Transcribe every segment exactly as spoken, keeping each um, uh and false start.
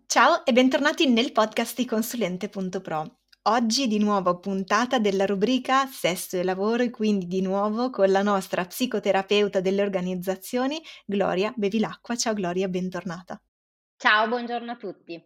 Ciao e bentornati nel podcast di consulente punto pro. Oggi di nuovo puntata della rubrica Sesso e lavoro e quindi di nuovo con la nostra psicoterapeuta delle organizzazioni, Gloria Bevilacqua. Ciao Gloria, bentornata. Ciao, buongiorno a tutti.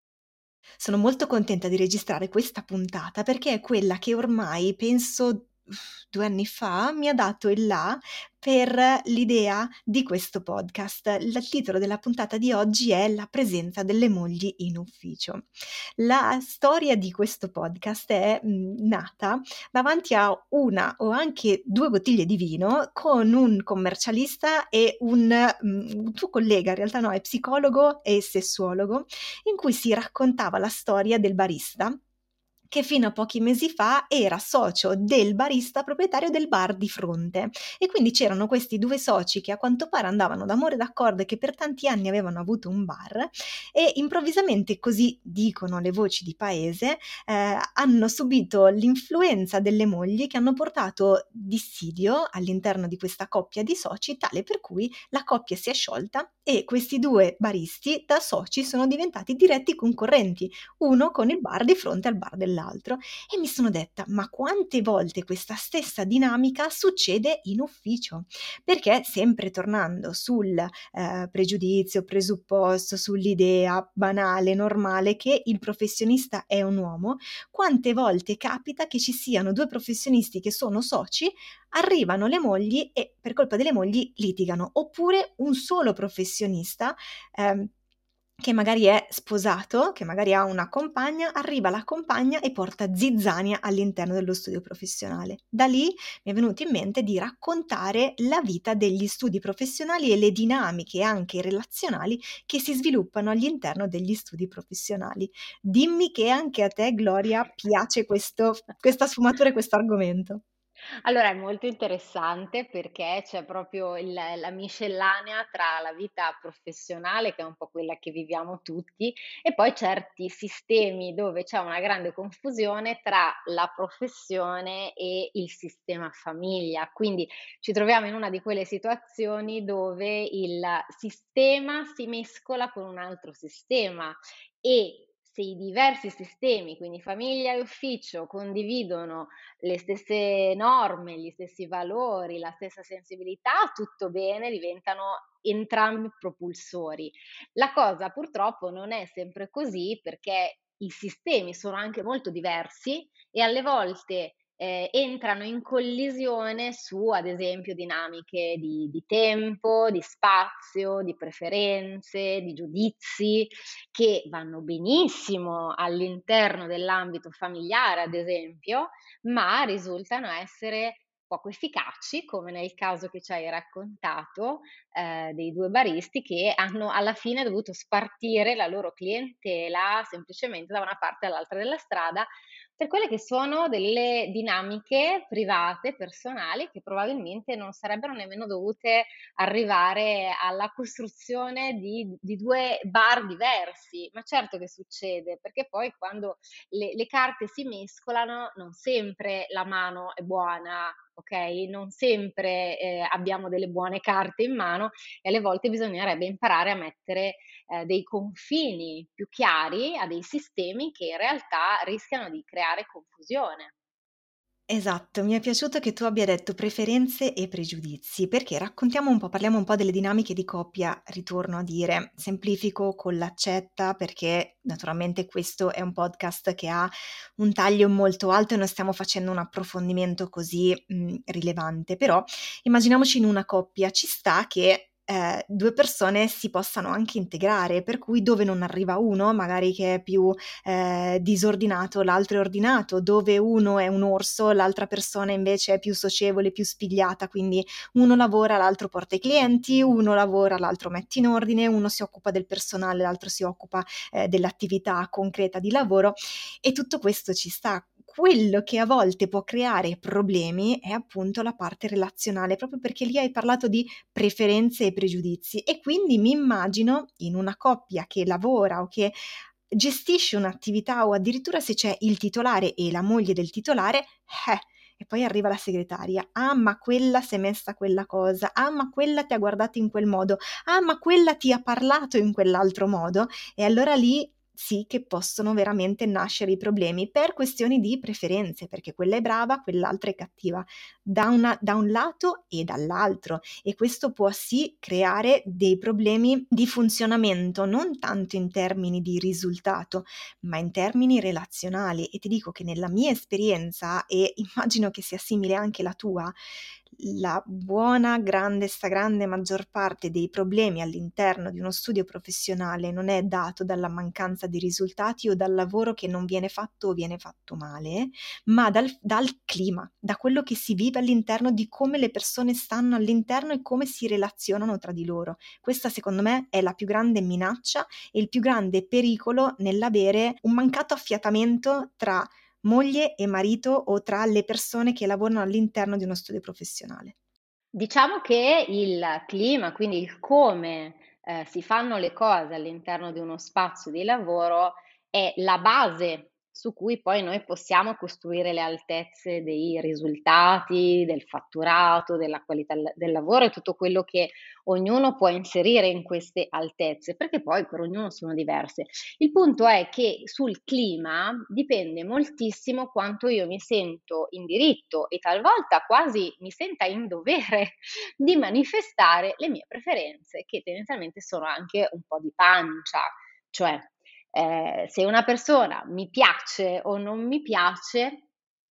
Sono molto contenta di registrare questa puntata perché è quella che ormai penso uff, due anni fa mi ha dato il là per l'idea di questo podcast. Il titolo della puntata di oggi è La presenza delle mogli in ufficio. La storia di questo podcast è mh, nata davanti a una o anche due bottiglie di vino con un commercialista e un, mh, un tuo collega, in realtà no, è psicologo e sessuologo, in cui si raccontava la storia del barista che fino a pochi mesi fa era socio del barista proprietario del bar di fronte, e quindi c'erano questi due soci che a quanto pare andavano d'amore d'accordo e che per tanti anni avevano avuto un bar, e improvvisamente, così dicono le voci di paese, eh, hanno subito l'influenza delle mogli che hanno portato dissidio all'interno di questa coppia di soci, tale per cui la coppia si è sciolta e questi due baristi da soci sono diventati diretti concorrenti, uno con il bar di fronte al bar dell'altro. E mi sono detta: ma quante volte questa stessa dinamica succede in ufficio? Perché, sempre tornando sul eh, pregiudizio, presupposto, sull'idea banale, normale che il professionista è un uomo, quante volte capita che ci siano due professionisti che sono soci, arrivano le mogli e per colpa delle mogli litigano, oppure un solo professionista ehm, che magari è sposato, che magari ha una compagna, arriva la compagna e porta zizzania all'interno dello studio professionale. Da lì mi è venuto in mente di raccontare la vita degli studi professionali e le dinamiche anche relazionali che si sviluppano all'interno degli studi professionali. Dimmi che anche a te, Gloria, piace questo, questa sfumatura e questo argomento. Allora, è molto interessante perché c'è proprio il la miscellanea tra la vita professionale, che è un po' quella che viviamo tutti, e poi certi sistemi dove c'è una grande confusione tra la professione e il sistema famiglia. Quindi ci troviamo in una di quelle situazioni dove il sistema si mescola con un altro sistema e se i diversi sistemi, quindi famiglia e ufficio, condividono le stesse norme, gli stessi valori, la stessa sensibilità, tutto bene, diventano entrambi propulsori. La cosa purtroppo non è sempre così perché i sistemi sono anche molto diversi e alle volte eh, entrano in collisione su, ad esempio, dinamiche di, di tempo, di spazio, di preferenze, di giudizi che vanno benissimo all'interno dell'ambito familiare, ad esempio, ma risultano essere poco efficaci, come nel caso che ci hai raccontato, ehm, dei due baristi che hanno alla fine dovuto spartire la loro clientela semplicemente da una parte all'altra della strada, per quelle che sono delle dinamiche private, personali, che probabilmente non sarebbero nemmeno dovute arrivare alla costruzione di di due bar diversi. Ma certo che succede, perché poi quando le le carte si mescolano non sempre la mano è buona, okay, non sempre, ehm, abbiamo delle buone carte in mano e alle volte bisognerebbe imparare a mettere, ehm, dei confini più chiari a dei sistemi che in realtà rischiano di creare confusione. Esatto, mi è piaciuto che tu abbia detto preferenze e pregiudizi, perché raccontiamo un po', parliamo un po' delle dinamiche di coppia, ritorno a dire, semplifico con l'accetta, perché naturalmente questo è un podcast che ha un taglio molto alto e non stiamo facendo un approfondimento così mh, rilevante, però immaginiamoci in una coppia, ci sta che eh, due persone si possano anche integrare, per cui dove non arriva uno, magari che è più eh, disordinato, l'altro è ordinato, dove uno è un orso, l'altra persona invece è più socievole, più spigliata, quindi uno lavora, l'altro porta i clienti, uno lavora, l'altro mette in ordine, uno si occupa del personale, l'altro si occupa eh, dell'attività concreta di lavoro, e tutto questo ci sta. Quello che a volte può creare problemi è appunto la parte relazionale, proprio perché lì hai parlato di preferenze e pregiudizi, e quindi mi immagino in una coppia che lavora o che gestisce un'attività, o addirittura se c'è il titolare e la moglie del titolare, eh, e poi arriva la segretaria: ah ma quella si è messa quella cosa, ah ma quella ti ha guardato in quel modo, ah ma quella ti ha parlato in quell'altro modo, e allora lì sì che possono veramente nascere i problemi per questioni di preferenze, perché quella è brava, quell'altra è cattiva, da una da un lato e dall'altro, e questo può sì creare dei problemi di funzionamento, non tanto in termini di risultato, ma in termini relazionali. E ti dico che nella mia esperienza, e immagino che sia simile anche la tua, la buona, grande, stragrande maggior parte dei problemi all'interno di uno studio professionale non è dato dalla mancanza di risultati o dal lavoro che non viene fatto o viene fatto male, ma dal, dal clima, da quello che si vive all'interno, di come le persone stanno all'interno e come si relazionano tra di loro. Questa secondo me è la più grande minaccia e il più grande pericolo nell'avere un mancato affiatamento tra moglie e marito o tra le persone che lavorano all'interno di uno studio professionale. Diciamo che il clima, quindi il come, ehm, si fanno le cose all'interno di uno spazio di lavoro è la base su cui poi noi possiamo costruire le altezze dei risultati, del fatturato, della qualità l del lavoro e tutto quello che ognuno può inserire in queste altezze, perché poi per ognuno sono diverse. Il punto è che sul clima dipende moltissimo quanto io mi sento in diritto e talvolta quasi mi senta in dovere di manifestare le mie preferenze, che tendenzialmente sono anche un po' di pancia, cioè, ehm, se una persona mi piace o non mi piace,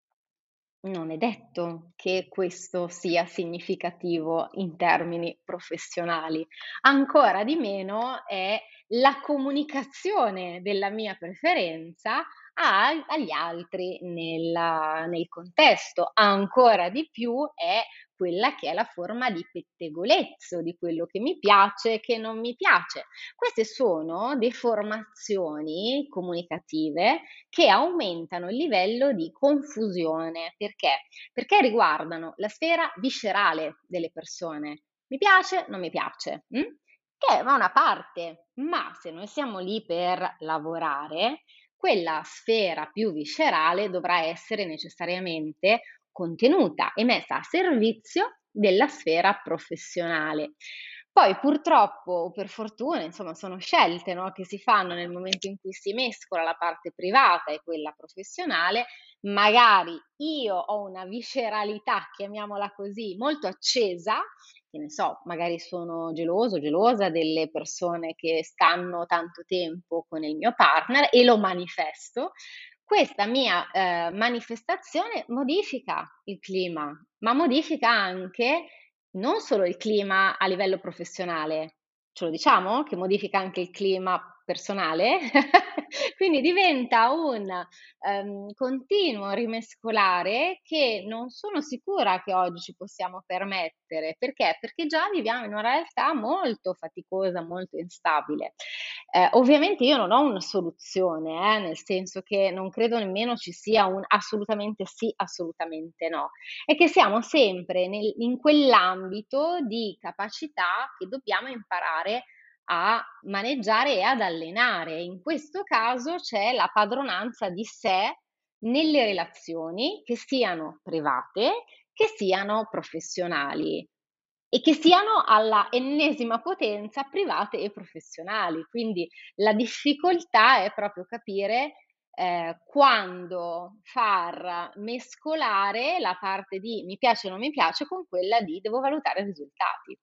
non è detto che questo sia significativo in termini professionali. Ancora di meno è la comunicazione della mia preferenza a agli altri nella nel contesto. Ancora di più è quella che è la forma di pettegolezzo di quello che mi piace e che non mi piace. Queste sono deformazioni comunicative che aumentano il livello di confusione. Perché? Perché riguardano la sfera viscerale delle persone. Mi piace, non mi piace, mh? Che è una parte, ma se noi siamo lì per lavorare, quella sfera più viscerale dovrà essere necessariamente contenuta e messa a servizio della sfera professionale. Poi purtroppo o per fortuna, insomma, sono scelte, no, che si fanno nel momento in cui si mescola la parte privata e quella professionale. Magari io ho una visceralità, chiamiamola così, molto accesa, che ne so, magari sono geloso, gelosa delle persone che stanno tanto tempo con il mio partner e lo manifesto. Questa mia, ehm, manifestazione modifica il clima, ma modifica anche non solo il clima a livello professionale, ce lo diciamo che modifica anche il clima personale? Quindi diventa un, ehm, continuo rimescolare che non sono sicura che oggi ci possiamo permettere. Perché? Perché già viviamo in una realtà molto faticosa, molto instabile. Ehm, ovviamente io non ho una soluzione, eh, nel senso che non credo nemmeno ci sia un assolutamente sì, assolutamente no. È che siamo sempre nel in quell'ambito di capacità che dobbiamo imparare a maneggiare e ad allenare. In questo caso c'è la padronanza di sé nelle relazioni, che siano private, che siano professionali e che siano alla ennesima potenza private e professionali. Quindi la difficoltà è proprio capire ehm, quando far mescolare la parte di mi piace o non mi piace con quella di devo valutare i risultati.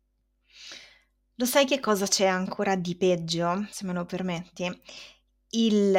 Lo sai che cosa c'è ancora di peggio, se me lo permetti? Il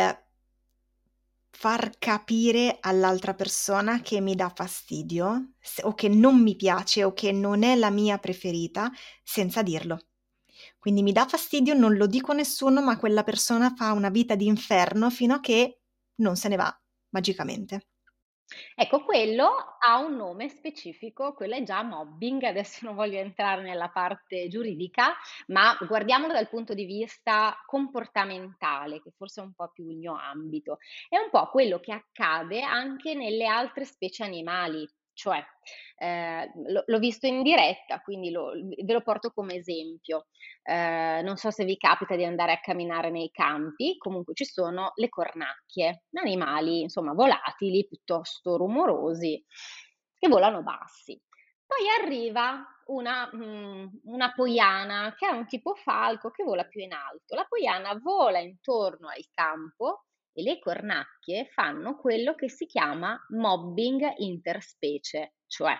far capire all'altra persona che mi dà fastidio, s o che non mi piace o che non è la mia preferita, senza dirlo. Quindi mi dà fastidio, non lo dico a nessuno, ma quella persona fa una vita d'inferno fino a che non se ne va magicamente. Ecco, quello ha un nome specifico, quello è già mobbing. Adesso non voglio entrare nella parte giuridica, ma guardiamolo dal punto di vista comportamentale, che forse è un po' più il mio ambito. È un po' quello che accade anche nelle altre specie animali, cioè, ehm, l'ho l'ho visto in diretta, quindi lo ve lo porto come esempio. Ehm, non so se vi capita di andare a camminare nei campi, comunque ci sono le cornacchie, animali insomma volatili, piuttosto rumorosi, che volano bassi. Poi arriva una mhmm, una poiana che ha un tipo falco che vola più in alto. La poiana vola intorno al campo e le cornacchie fanno quello che si chiama mobbing interspecie, cioè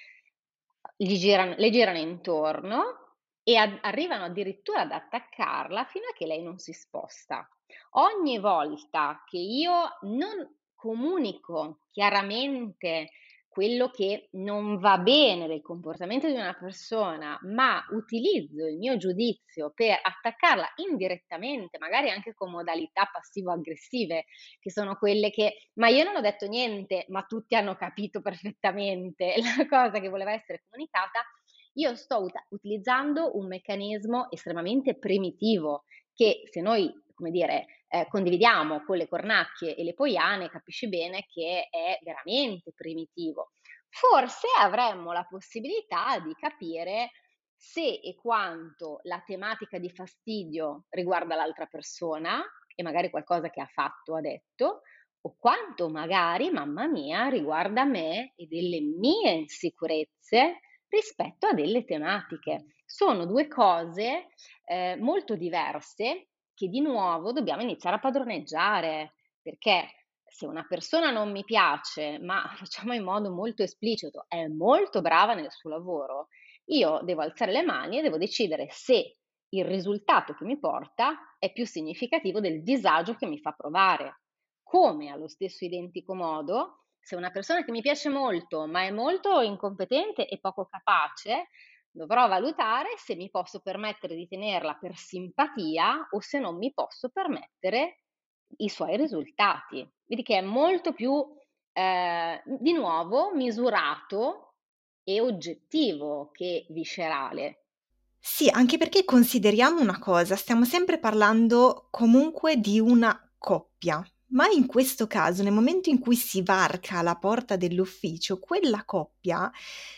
gli giran le girano intorno e ad arrivano addirittura ad attaccarla fino a che lei non si sposta. Ogni volta che io non comunico chiaramente quello che non va bene del comportamento di una persona, ma utilizzo il mio giudizio per attaccarla indirettamente, magari anche con modalità passivo-aggressive, che sono quelle che: "Ma io non ho detto niente, ma tutti hanno capito perfettamente la cosa che voleva essere comunicata", io sto uta utilizzando un meccanismo estremamente primitivo che se noi, come dire, ehm, condividiamo con le cornacchie e le poiane, capisci bene che è veramente primitivo. Forse avremmo la possibilità di capire se e quanto la tematica di fastidio riguarda l'altra persona e magari qualcosa che ha fatto o ha detto, o quanto magari, mamma mia, riguarda me e delle mie insicurezze rispetto a delle tematiche. Sono due cose, ehm, molto diverse che di nuovo dobbiamo iniziare a padroneggiare, perché se una persona non mi piace, ma facciamo in modo molto esplicito, è molto brava nel suo lavoro, io devo alzare le mani e devo decidere se il risultato che mi porta è più significativo del disagio che mi fa provare. Come allo stesso identico modo, se una persona che mi piace molto, ma è molto incompetente e poco capace, dovrò valutare se mi posso permettere di tenerla per simpatia o se non mi posso permettere i suoi risultati. Vedi che è molto più, ehm, di nuovo misurato e oggettivo che viscerale. Sì, anche perché consideriamo una cosa, stiamo sempre parlando comunque di una coppia, ma in questo caso, nel momento in cui si varca la porta dell'ufficio, quella coppia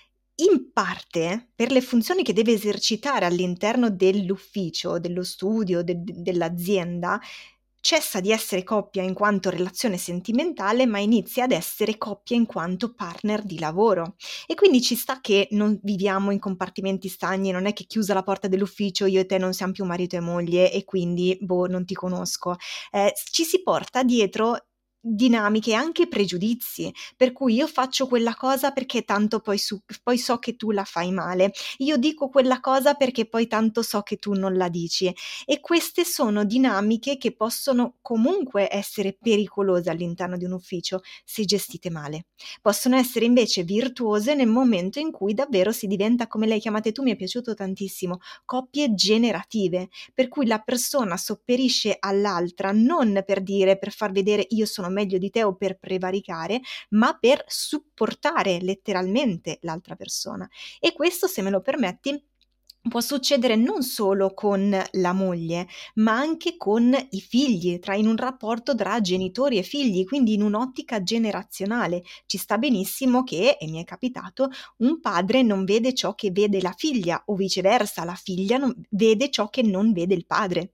in parte, per le funzioni che deve esercitare all'interno dell'ufficio, dello studio, de de dell'azienda, cessa di essere coppia in quanto relazione sentimentale, ma inizia ad essere coppia in quanto partner di lavoro. E quindi ci sta che non viviamo in compartimenti stagni, non è che chiusa la porta dell'ufficio io e te non siam più marito e moglie e quindi, boh, non ti conosco. Ehm, s ci si porta dietro dinamiche e anche pregiudizi, per cui io faccio quella cosa perché tanto poi su poi so che tu la fai male. Io dico quella cosa perché poi tanto so che tu non la dici. E queste sono dinamiche che possono comunque essere pericolose all'interno di un ufficio se gestite male. Possono essere invece virtuose nel momento in cui davvero si diventa, come le hai chiamate tu, mi è piaciuto tantissimo, coppie generative, per cui la persona sopperisce all'altra non per dire, per far vedere io sono meglio di te o per prevaricare, ma per supportare letteralmente l'altra persona. E questo, se me lo permetti, può succedere non solo con la moglie, ma anche con i figli, tra in un rapporto tra genitori e figli, quindi in un'ottica generazionale. Ci sta benissimo che, e mi è capitato, un padre non vede ciò che vede la figlia o viceversa, la figlia non vede ciò che non vede il padre.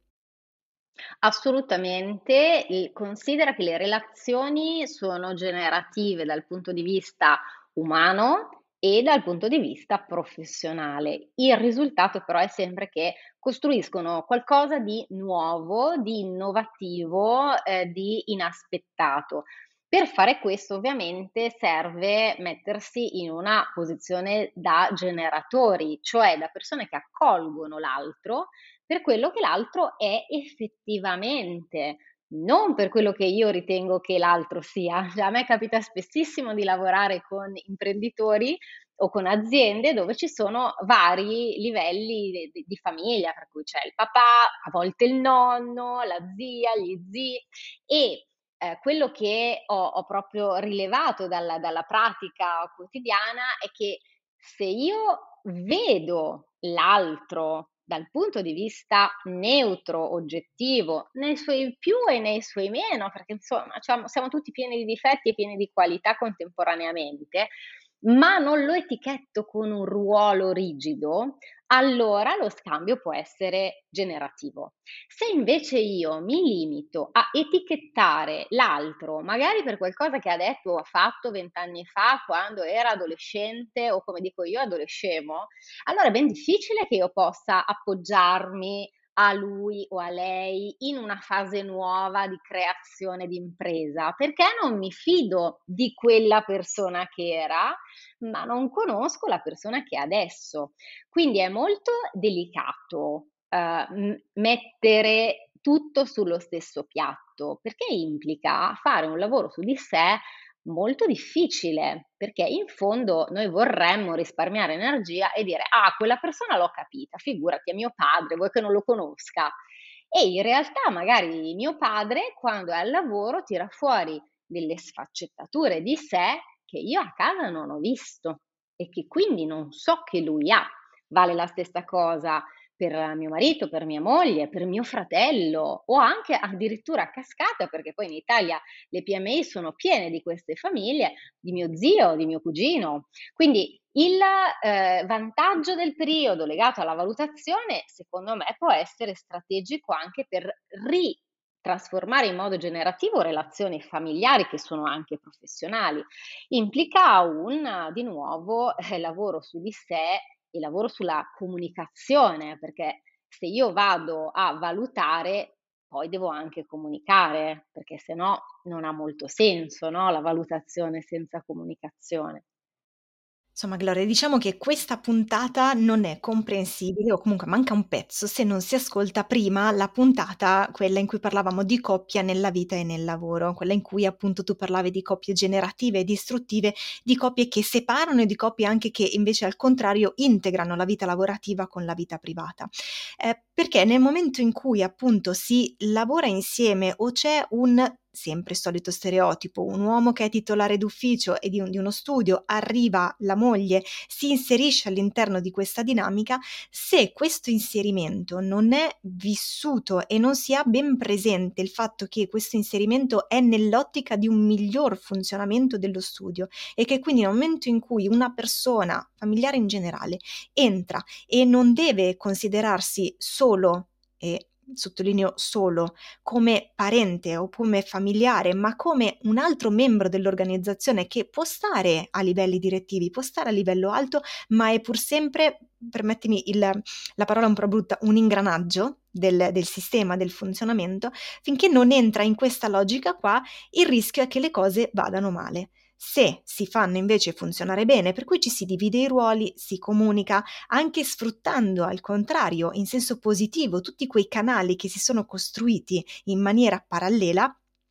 Assolutamente, il considera che le relazioni sono generative dal punto di vista umano e dal punto di vista professionale. Il risultato però è sempre che costruiscono qualcosa di nuovo, di innovativo, ehm, di inaspettato. Per fare questo ovviamente serve mettersi in una posizione da generatori, cioè da persone che accolgono l'altro per quello che l'altro è effettivamente, non per quello che io ritengo che l'altro sia. Cioè a me capita spessissimo di lavorare con imprenditori o con aziende dove ci sono vari livelli de de di famiglia, per cui c'è il papà, a volte il nonno, la zia, gli zii e, ehm, quello che ho ho proprio rilevato dalla dalla pratica quotidiana è che se io vedo l'altro dal punto di vista neutro, oggettivo, nei suoi più e nei suoi meno, perché insomma ciamo siamo tutti pieni di difetti e pieni di qualità contemporaneamente, ma non lo etichetto con un ruolo rigido, allora lo scambio può essere generativo. Se invece io mi limito a etichettare l'altro, magari per qualcosa che ha detto o ha fatto venti anni fa quando era adolescente o come dico io adolescemo, allora è ben difficile che io possa appoggiarmi a lui o a lei in una fase nuova di creazione di impresa, perché non mi fido di quella persona che era, ma non conosco la persona che è adesso. Quindi è molto delicato, uhm, m mettere tutto sullo stesso piatto, perché implica fare un lavoro su di sé molto difficile, perché in fondo noi vorremmo risparmiare energia e dire: "Ah, quella persona l'ho capita, figurati, è mio padre, vuoi che non lo conosca?" E in realtà magari mio padre quando è al lavoro tira fuori delle sfaccettature di sé che io a casa non ho visto e che quindi non so che lui ha. Vale la stessa cosa per mio marito, per mia moglie, per mio fratello o anche addirittura a cascata, perché poi in Italia le P M I sono piene di queste famiglie, di mio zio, di mio cugino. Quindi il, ehm, vantaggio del periodo legato alla valutazione, secondo me, può essere strategico anche per ritrasformare in modo generativo relazioni familiari che sono anche professionali. Implica un di nuovo, eh, lavoro su di sé e lavoro sulla comunicazione, perché se io vado a valutare, poi devo anche comunicare, perché se no non ha molto senso, no, la valutazione senza comunicazione. Insomma, Gloria, diciamo che questa puntata non è comprensibile o comunque manca un pezzo se non si ascolta prima la puntata, quella in cui parlavamo di coppia nella vita e nel lavoro, quella in cui appunto tu parlavi di coppie generative e distruttive, di coppie che separano e di coppie anche che invece al contrario integrano la vita lavorativa con la vita privata. Eh, perché nel momento in cui appunto si lavora insieme o c'è un sempre il solito stereotipo, un uomo che è titolare d'ufficio e di, un- di uno studio, arriva la moglie, si inserisce all'interno di questa dinamica, se questo inserimento non è vissuto e non si ha ben presente il fatto che questo inserimento è nell'ottica di un miglior funzionamento dello studio e che quindi nel momento in cui una persona, familiare in generale, entra e non deve considerarsi solo e sottolineo solo come parente o come familiare, ma come un altro membro dell'organizzazione che può stare a livelli direttivi, può stare a livello alto, ma è pur sempre, permettimi il, la parola un po' brutta, un ingranaggio del, del sistema, del funzionamento, finché non entra in questa logica qua, il rischio è che le cose vadano male. Se si fanno invece funzionare bene, per cui ci si divide i ruoli, si comunica, anche sfruttando al contrario, in senso positivo, tutti quei canali che si sono costruiti in maniera parallela,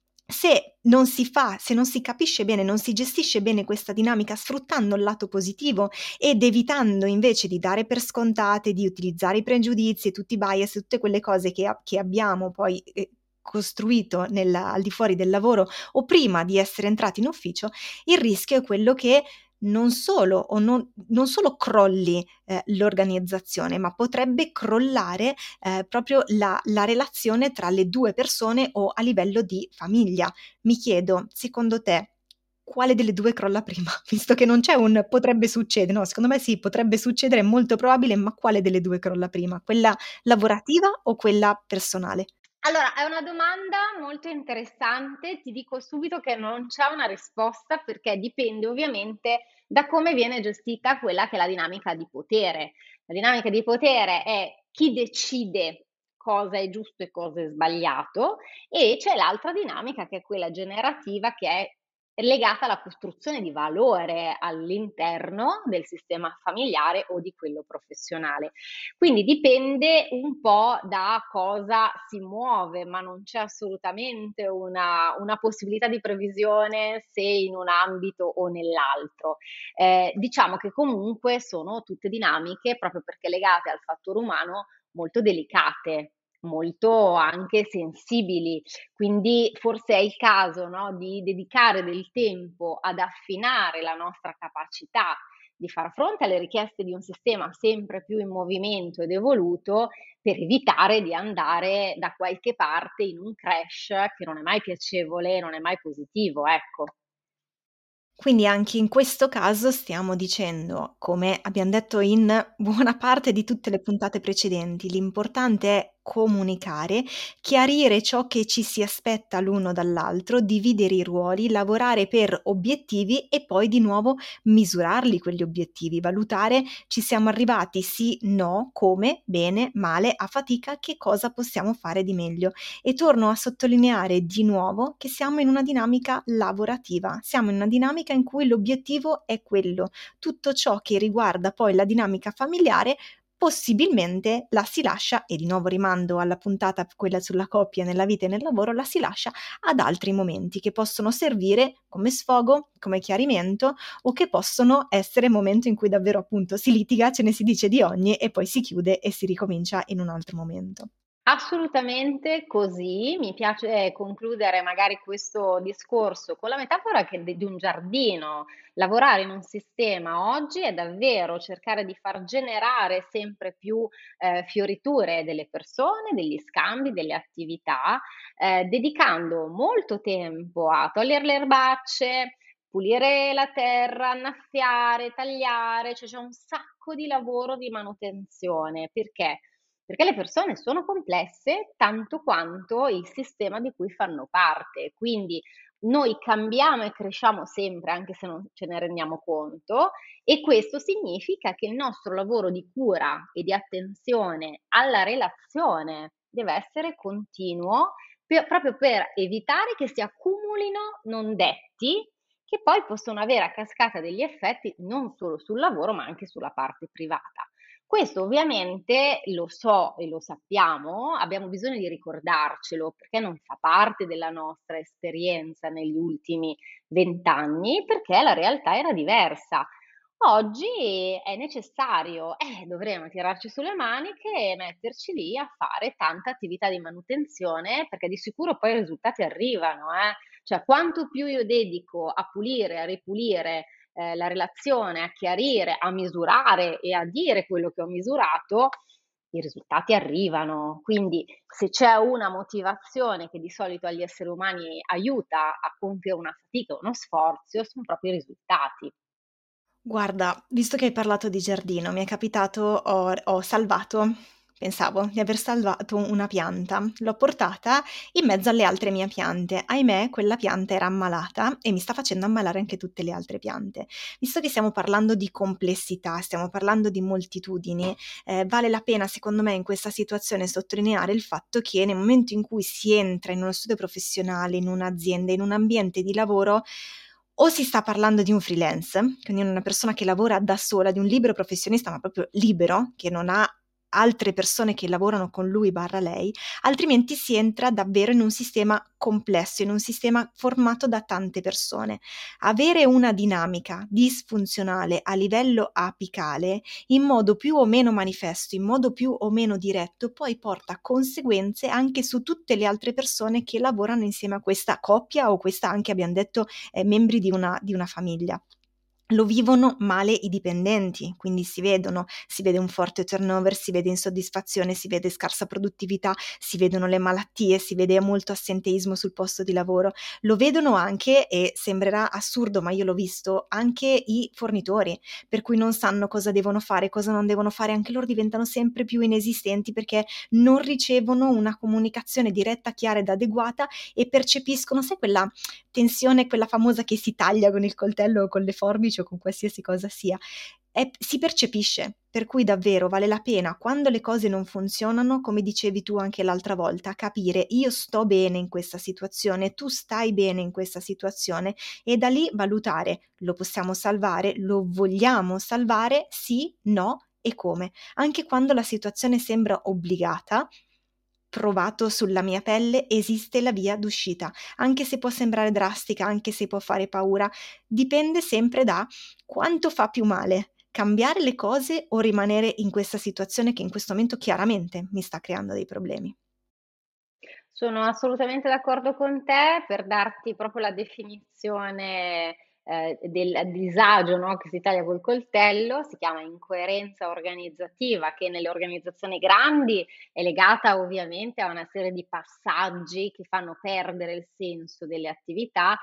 se non si fa, se non si capisce bene, non si gestisce bene questa dinamica sfruttando il lato positivo ed evitando invece di dare per scontate, di utilizzare i pregiudizi e tutti i bias, tutte quelle cose che, a- che abbiamo poi eh, costruito nel, al di fuori del lavoro o prima di essere entrati in ufficio, il rischio è quello che non solo, o non, non solo crolli eh, l'organizzazione, ma potrebbe crollare eh, proprio la, la relazione tra le due persone o a livello di famiglia. Mi chiedo, secondo te, quale delle due crolla prima? Visto che non c'è un potrebbe succedere, no, secondo me sì, potrebbe succedere, è molto probabile, ma quale delle due crolla prima? Quella lavorativa o quella personale? Allora, è una domanda molto interessante. Ti dico subito che non c'è una risposta perché dipende ovviamente da come viene gestita quella che è la dinamica di potere. La dinamica di potere è chi decide cosa è giusto e cosa è sbagliato e c'è l'altra dinamica che è quella generativa che è legata alla costruzione di valore all'interno del sistema familiare o di quello professionale. Quindi dipende un po' da cosa si muove, ma non c'è assolutamente una una possibilità di previsione se in un ambito o nell'altro. Ehm, diciamo che comunque sono tutte dinamiche, proprio perché legate al fattore umano, molto delicate, molto anche sensibili. Quindi forse è il caso, no, di dedicare del tempo ad affinare la nostra capacità di far fronte alle richieste di un sistema sempre più in movimento ed evoluto, per evitare di andare da qualche parte in un crash che non è mai piacevole, non è mai positivo, ecco. Quindi anche in questo caso stiamo dicendo, come abbiam detto in buona parte di tutte le puntate precedenti, l'importante è comunicare, chiarire ciò che ci si aspetta l'uno dall'altro, dividere i ruoli, lavorare per obiettivi e poi di nuovo misurarli quegli obiettivi, valutare ci siamo arrivati, sì, no, come, bene, male, a fatica, che cosa possiamo fare di meglio. E torno a sottolineare di nuovo che siamo in una dinamica lavorativa, siamo in una dinamica in cui l'obiettivo è quello. Tutto ciò che riguarda poi la dinamica familiare possibilmente la si lascia, e di nuovo rimando alla puntata quella sulla coppia nella vita e nel lavoro, la si lascia ad altri momenti che possono servire come sfogo, come chiarimento o che possono essere momento in cui davvero appunto si litiga, ce ne si dice di ogni e poi si chiude e si ricomincia in un altro momento. Assolutamente così. Mi piace concludere magari questo discorso con la metafora che de di un giardino. Lavorare in un sistema oggi è davvero cercare di far generare sempre più, ehm, fioriture delle persone, degli scambi, delle attività, ehm, dedicando molto tempo a toglier le erbacce, pulire la terra, annaffiare, tagliare, cioè c'è un sacco di lavoro di manutenzione. Perché? Perché le persone sono complesse tanto quanto il sistema di cui fanno parte. Quindi noi cambiamo e cresciamo sempre, anche se non ce ne rendiamo conto, e questo significa che il nostro lavoro di cura e di attenzione alla relazione deve essere continuo, pe proprio per evitare che si accumulino non detti, che poi possono avere a cascata degli effetti non solo sul lavoro, ma anche sulla parte privata. Questo ovviamente lo so e lo sappiamo, abbiamo bisogno di ricordarcelo perché non fa parte della nostra esperienza negli ultimi venti anni, perché la realtà era diversa. Oggi è necessario, eh, dovremo tirarci sulle maniche e metterci lì a fare tanta attività di manutenzione, perché di sicuro poi i risultati arrivano, eh. Cioè quanto più io dedico a pulire, a ripulire, ehm, la relazione, a chiarire, a misurare e a dire quello che ho misurato, i risultati arrivano. Quindi se c'è una motivazione che di solito agli esseri umani aiuta a compiere una fatica, uno sforzo, son proprio i risultati. Guarda, visto che hai parlato di giardino, mi è capitato ho ho salvato pensavo di aver salvato una pianta. L'ho portata in mezzo alle altre mie piante. Ahimè, quella pianta era ammalata e mi sta facendo ammalare anche tutte le altre piante. Visto che stiamo parlando di complessità, stiamo parlando di moltitudini, ehm, vale la pena secondo me in questa situazione sottolineare il fatto che nel momento in cui si entra in uno studio professionale, in un'azienda, in un ambiente di lavoro, o si sta parlando di un freelance, quindi una persona che lavora da sola, di un libero professionista, ma proprio libero, che non ha altre persone che lavorano con lui barra lei, altrimenti si entra davvero in un sistema complesso, in un sistema formato da tante persone. Avere una dinamica disfunzionale a livello apicale, in modo più o meno manifesto, in modo più o meno diretto, poi porta a conseguenze anche su tutte le altre persone che lavorano insieme a questa coppia o questa anche abbiam detto eh, membri di una, di una famiglia. Lo vivono male i dipendenti, quindi si vedono, si vede un forte turnover, si vede insoddisfazione, si vede scarsa produttività, si vedono le malattie, si vede molto assenteismo sul posto di lavoro. Lo vedono anche, e sembrerà assurdo, ma io l'ho visto, anche i fornitori, per cui non sanno cosa devono fare, cosa non devono fare, anche loro diventano sempre più inesistenti perché non ricevono una comunicazione diretta, chiara ed adeguata e percepiscono, sai quella tensione, quella famosa che si taglia con il coltello o con le forbici o con qualsiasi cosa sia, è si percepisce, per cui davvero vale la pena quando le cose non funzionano, come dicevi tu anche l'altra volta, capire: io sto bene in questa situazione, tu stai bene in questa situazione e da lì valutare: lo possiamo salvare, lo vogliamo salvare, sì, no e come. Anche quando la situazione sembra obbligata, provato sulla mia pelle, esiste la via d'uscita, anche se può sembrare drastica, anche se può fare paura, dipende sempre da quanto fa più male, cambiare le cose o rimanere in questa situazione che in questo momento chiaramente mi sta creando dei problemi. Sono assolutamente d'accordo con te. Per darti proprio la definizione, ehm, del disagio, no, che si taglia col coltello, si chiama incoerenza organizzativa, che nelle organizzazioni grandi è legata ovviamente a una serie di passaggi che fanno perdere il senso delle attività.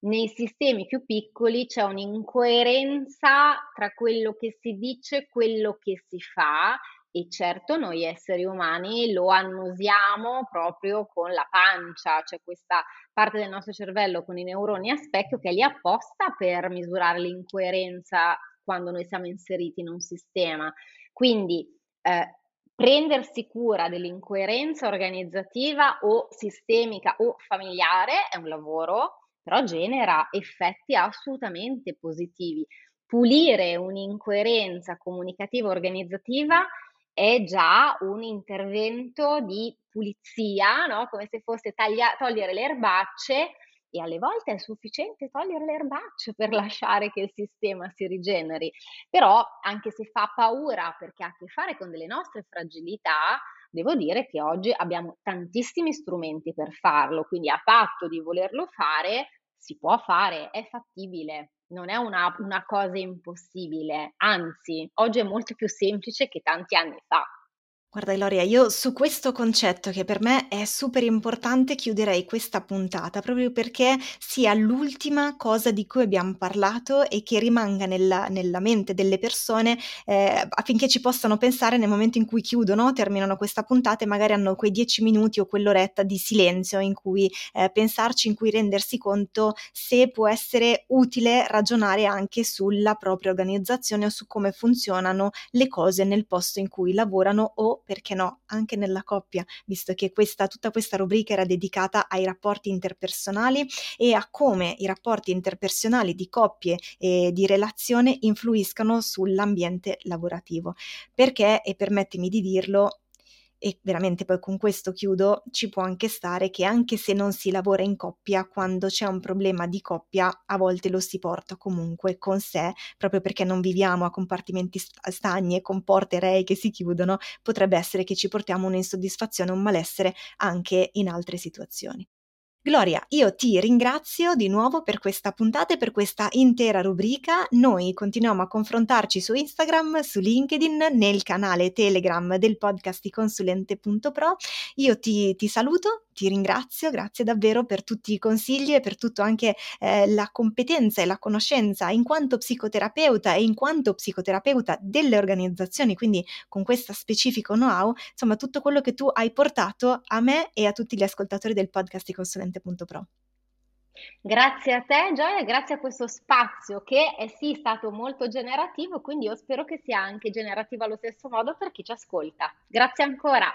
nei sistemi più piccoli c'è un'incoerenza tra quello che si dice e quello che si fa, e certo noi esseri umani lo annusiamo proprio con la pancia, c'è questa parte del nostro cervello con i neuroni a specchio che è lì apposta per misurare l'incoerenza quando noi siamo inseriti in un sistema. Quindi eh, prendersi cura dell'incoerenza organizzativa o sistemica o familiare è un lavoro, però genera effetti assolutamente positivi. Pulire un'incoerenza comunicativa organizzativa è già un intervento di pulizia, no? Come se fosse taglia- togliere le erbacce, e alle volte è sufficiente togliere le erbacce per lasciare che il sistema si rigeneri. Però, anche se fa paura perché ha a che fare con delle nostre fragilità, devo dire che oggi abbiamo tantissimi strumenti per farlo, quindi a patto di volerlo fare, si può fare, è fattibile, non è una, una cosa impossibile, anzi, oggi è molto più semplice che tanti anni fa. Guarda Gloria, io su questo concetto che per me è super importante chiuderei questa puntata proprio perché sia l'ultima cosa di cui abbiamo parlato e che rimanga nella, nella mente delle persone eh, affinché ci possano pensare nel momento in cui chiudono, terminano questa puntata e magari hanno quei dieci minuti o quell'oretta di silenzio in cui eh, pensarci, in cui rendersi conto se può essere utile ragionare anche sulla propria organizzazione o su come funzionano le cose nel posto in cui lavorano o perché no, anche nella coppia, visto che questa, tutta questa rubrica era dedicata ai rapporti interpersonali e a come i rapporti interpersonali di coppie e di relazione influiscano sull'ambiente lavorativo. Perché, e permettimi di dirlo, e veramente poi con questo chiudo, ci può anche stare che anche se non si lavora in coppia, quando c'è un problema di coppia, a volte lo si porta comunque con sé, proprio perché non viviamo a compartimenti stagni e con porte rei che si chiudono, potrebbe essere che ci portiamo un'insoddisfazione, un malessere anche in altre situazioni. Gloria, io ti ringrazio di nuovo per questa puntata e per questa intera rubrica. Noi continuiamo a confrontarci su Instagram, su LinkedIn, nel canale Telegram del podcast di consulente punto pro. Io ti, ti saluto, ti ringrazio, grazie davvero per tutti i consigli e per tutto anche eh, la competenza e la conoscenza in quanto psicoterapeuta e in quanto psicoterapeuta delle organizzazioni, quindi con questo specifico know-how, insomma tutto quello che tu hai portato a me e a tutti gli ascoltatori del podcast di consulente punto pro. Grazie a te, Gioia, grazie a questo spazio che è sì stato molto generativo, quindi io spero che sia anche generativo allo stesso modo per chi ci ascolta. Grazie ancora.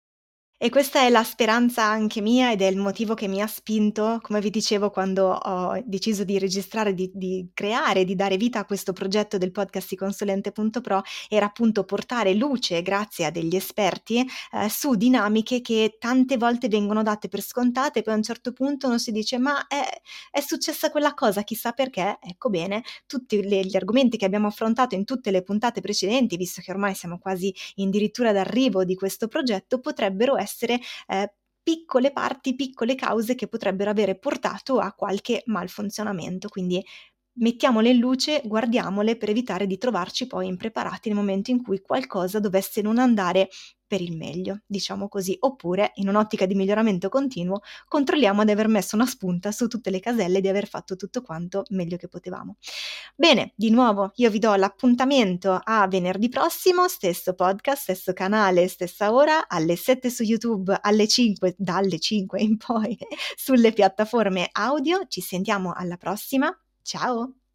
E questa è la speranza anche mia ed è il motivo che mi ha spinto, come vi dicevo, quando ho deciso di registrare, di, di creare, di dare vita a questo progetto del podcast di consulente punto pro, era appunto portare luce, grazie a degli esperti, eh, su dinamiche che tante volte vengono date per scontate e poi a un certo punto uno si dice ma è, è successa quella cosa, chissà perché. Ecco bene, tutti le, gli argomenti che abbiamo affrontato in tutte le puntate precedenti, visto che ormai siamo quasi addirittura d'arrivo di questo progetto, potrebbero essere eh, piccole parti, piccole cause che potrebbero avere portato a qualche malfunzionamento. Quindi mettiamole in luce, guardiamole per evitare di trovarci poi impreparati nel momento in cui qualcosa dovesse non andare per il meglio, diciamo così, oppure in un'ottica di miglioramento continuo controlliamo di aver messo una spunta su tutte le caselle e di aver fatto tutto quanto meglio che potevamo. Bene, di nuovo io vi do l'appuntamento a venerdì prossimo, stesso podcast, stesso canale, stessa ora, alle sette su YouTube, alle cinque, dalle cinque in poi sulle piattaforme audio. Ci sentiamo alla prossima. Ciao!